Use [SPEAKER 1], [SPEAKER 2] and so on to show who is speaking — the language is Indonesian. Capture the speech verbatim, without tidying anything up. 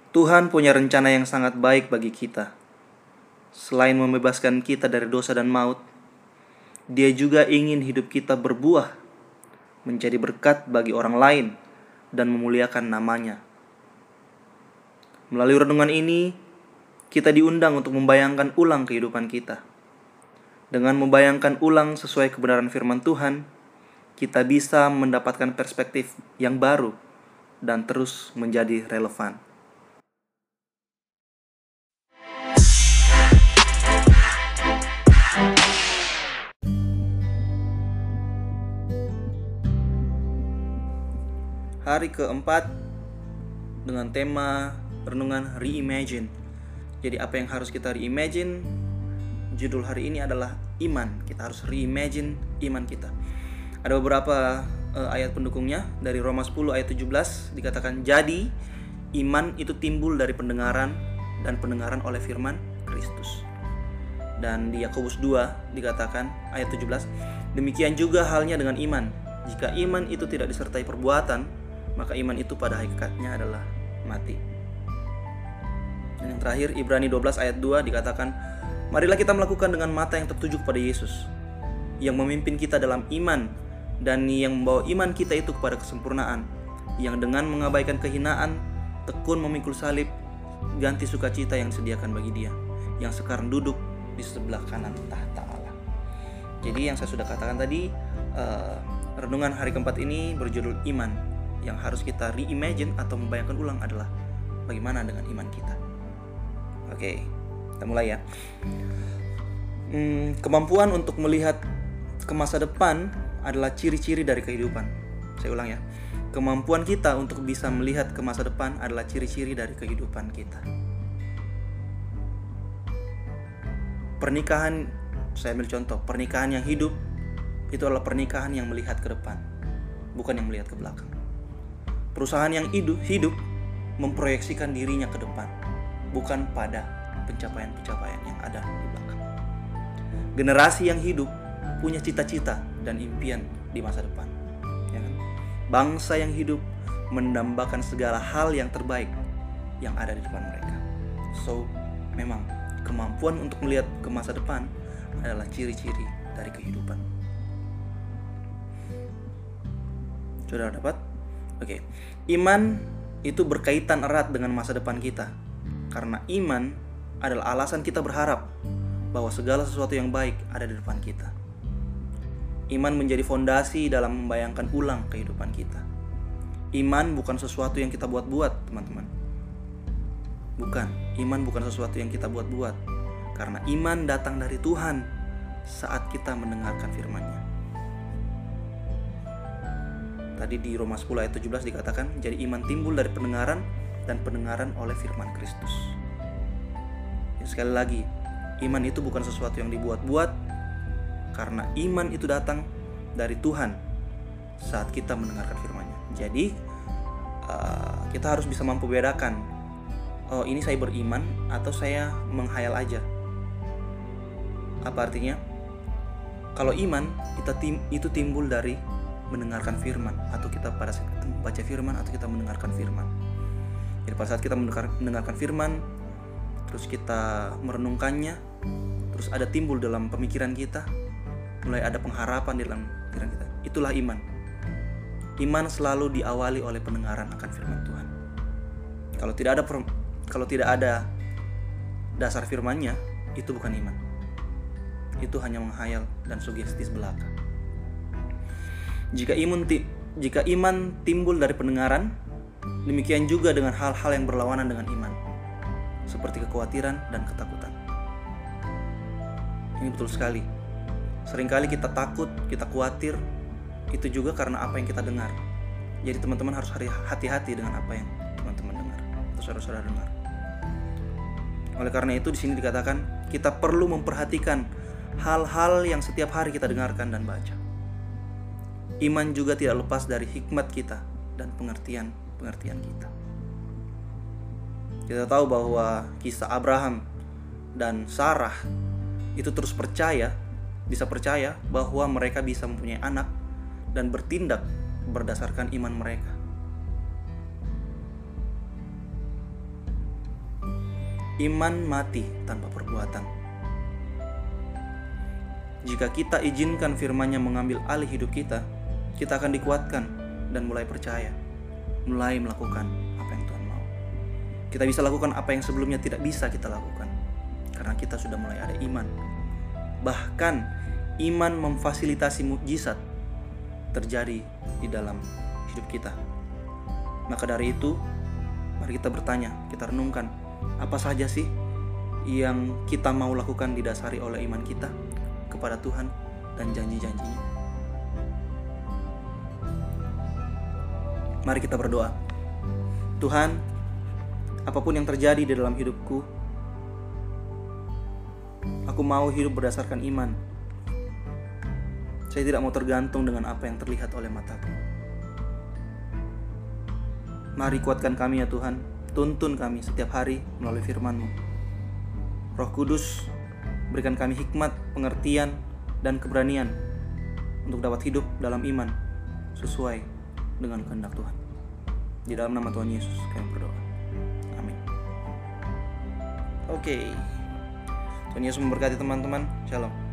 [SPEAKER 1] Tuhan punya rencana yang sangat baik bagi kita. Selain membebaskan kita dari dosa dan maut, Dia juga ingin hidup kita berbuah, menjadi berkat bagi orang lain, dan memuliakan namanya. Melalui renungan ini, kita diundang untuk membayangkan ulang kehidupan kita. Dengan membayangkan ulang sesuai kebenaran firman Tuhan, kita bisa mendapatkan perspektif yang baru dan terus menjadi relevan. Hari keempat dengan tema renungan Reimagine. Jadi apa yang harus kita reimagine? Judul hari ini adalah iman. Kita harus reimagine iman kita. Ada beberapa uh, ayat pendukungnya. Dari Roma sepuluh ayat tujuh belas dikatakan, jadi iman itu timbul dari pendengaran, dan pendengaran oleh firman Kristus. Dan di Yakobus dua dikatakan ayat tujuh belas, demikian juga halnya dengan iman. Jika iman itu tidak disertai perbuatan, maka iman itu pada hakikatnya adalah mati. Dan yang terakhir, Ibrani dua belas ayat dua dikatakan, marilah kita melakukan dengan mata yang tertuju kepada Yesus, yang memimpin kita dalam iman, dan yang membawa iman kita itu kepada kesempurnaan, yang dengan mengabaikan kehinaan, tekun memikul salib, ganti sukacita yang disediakan bagi Dia, yang sekarang duduk di sebelah kanan tahta Allah. Jadi yang saya sudah katakan tadi, uh, renungan hari keempat ini berjudul iman. Yang harus kita reimagine atau membayangkan ulang adalah bagaimana dengan iman kita. Oke, kita mulai ya. Hmm, kemampuan untuk melihat ke masa depan adalah ciri-ciri dari kehidupan. Saya ulang ya. Kemampuan kita untuk bisa melihat ke masa depan adalah ciri-ciri dari kehidupan kita. Pernikahan, saya ambil contoh, pernikahan yang hidup itu adalah pernikahan yang melihat ke depan, bukan yang melihat ke belakang. Perusahaan yang hidup, hidup memproyeksikan dirinya ke depan, bukan pada pencapaian-pencapaian yang ada di belakang. Generasi yang hidup punya cita-cita dan impian di masa depan, ya kan? Bangsa yang hidup mendambakan segala hal yang terbaik yang ada di depan mereka. So, memang kemampuan untuk melihat ke masa depan adalah ciri-ciri dari kehidupan. Sudah dapat? Oke, okay. Iman itu berkaitan erat dengan masa depan kita, karena iman adalah alasan kita berharap bahwa segala sesuatu yang baik ada di depan kita. Iman menjadi fondasi dalam membayangkan ulang kehidupan kita. Iman bukan sesuatu yang kita buat-buat, teman-teman. Bukan, iman bukan sesuatu yang kita buat-buat, karena iman datang dari Tuhan saat kita mendengarkan firman-Nya. Tadi di Roma sepuluh ayat tujuh belas dikatakan, jadi iman timbul dari pendengaran, dan pendengaran oleh firman Kristus. Ya, sekali lagi, iman itu bukan sesuatu yang dibuat-buat, karena iman itu datang dari Tuhan saat kita mendengarkan firman-Nya. Jadi uh, kita harus bisa mampu bedakan, oh ini saya beriman atau saya menghayal aja. Apa artinya? Kalau iman kita tim, itu timbul dari mendengarkan firman, atau kita pada saat kita membaca firman atau kita mendengarkan firman. Jadi pada saat kita mendengar, mendengarkan firman, terus kita merenungkannya, terus ada timbul dalam pemikiran kita, mulai ada pengharapan di dalam pikiran kita. Itulah iman. Iman selalu diawali oleh pendengaran akan firman Tuhan. Kalau tidak ada kalau tidak ada dasar firman-Nya, itu bukan iman. Itu hanya menghayal dan sugesti belaka. Jika iman, jika iman timbul dari pendengaran, demikian juga dengan hal-hal yang berlawanan dengan iman, seperti kekhawatiran dan ketakutan. Ini betul sekali. Seringkali kita takut, kita khawatir, itu juga karena apa yang kita dengar. Jadi teman-teman harus hati-hati dengan apa yang teman-teman dengar atau saudara-saudara dengar. Oleh karena itu di sini dikatakan kita perlu memperhatikan hal-hal yang setiap hari kita dengarkan dan baca. Iman juga tidak lepas dari hikmat kita dan pengertian-pengertian kita. Kita tahu bahwa kisah Abraham dan Sarah itu terus percaya, bisa percaya bahwa mereka bisa mempunyai anak dan bertindak berdasarkan iman mereka. iman mati tanpa perbuatan. Jika kita izinkan firman-Nya mengambil alih hidup kita, kita akan dikuatkan dan mulai percaya, mulai melakukan apa yang Tuhan mau. Kita bisa lakukan apa yang sebelumnya tidak bisa kita lakukan, karena kita sudah mulai ada iman. Bahkan iman memfasilitasi mukjizat terjadi di dalam hidup kita. Maka dari itu, mari kita bertanya, kita renungkan, apa saja sih yang kita mau lakukan didasari oleh iman kita kepada Tuhan dan janji-janji-Nya. Mari kita berdoa. Tuhan, apapun yang terjadi di dalam hidupku, aku mau hidup berdasarkan iman. Saya tidak mau tergantung dengan apa yang terlihat oleh mataku. Mari kuatkan kami ya Tuhan, tuntun kami setiap hari melalui firman-Mu. Roh Kudus, berikan kami hikmat, pengertian, dan keberanian untuk dapat hidup dalam iman sesuai dengan kehendak Tuhan. Di dalam nama Tuhan Yesus kami berdoa. Amin. Oke. Tuhan Yesus memberkati teman-teman. Shalom.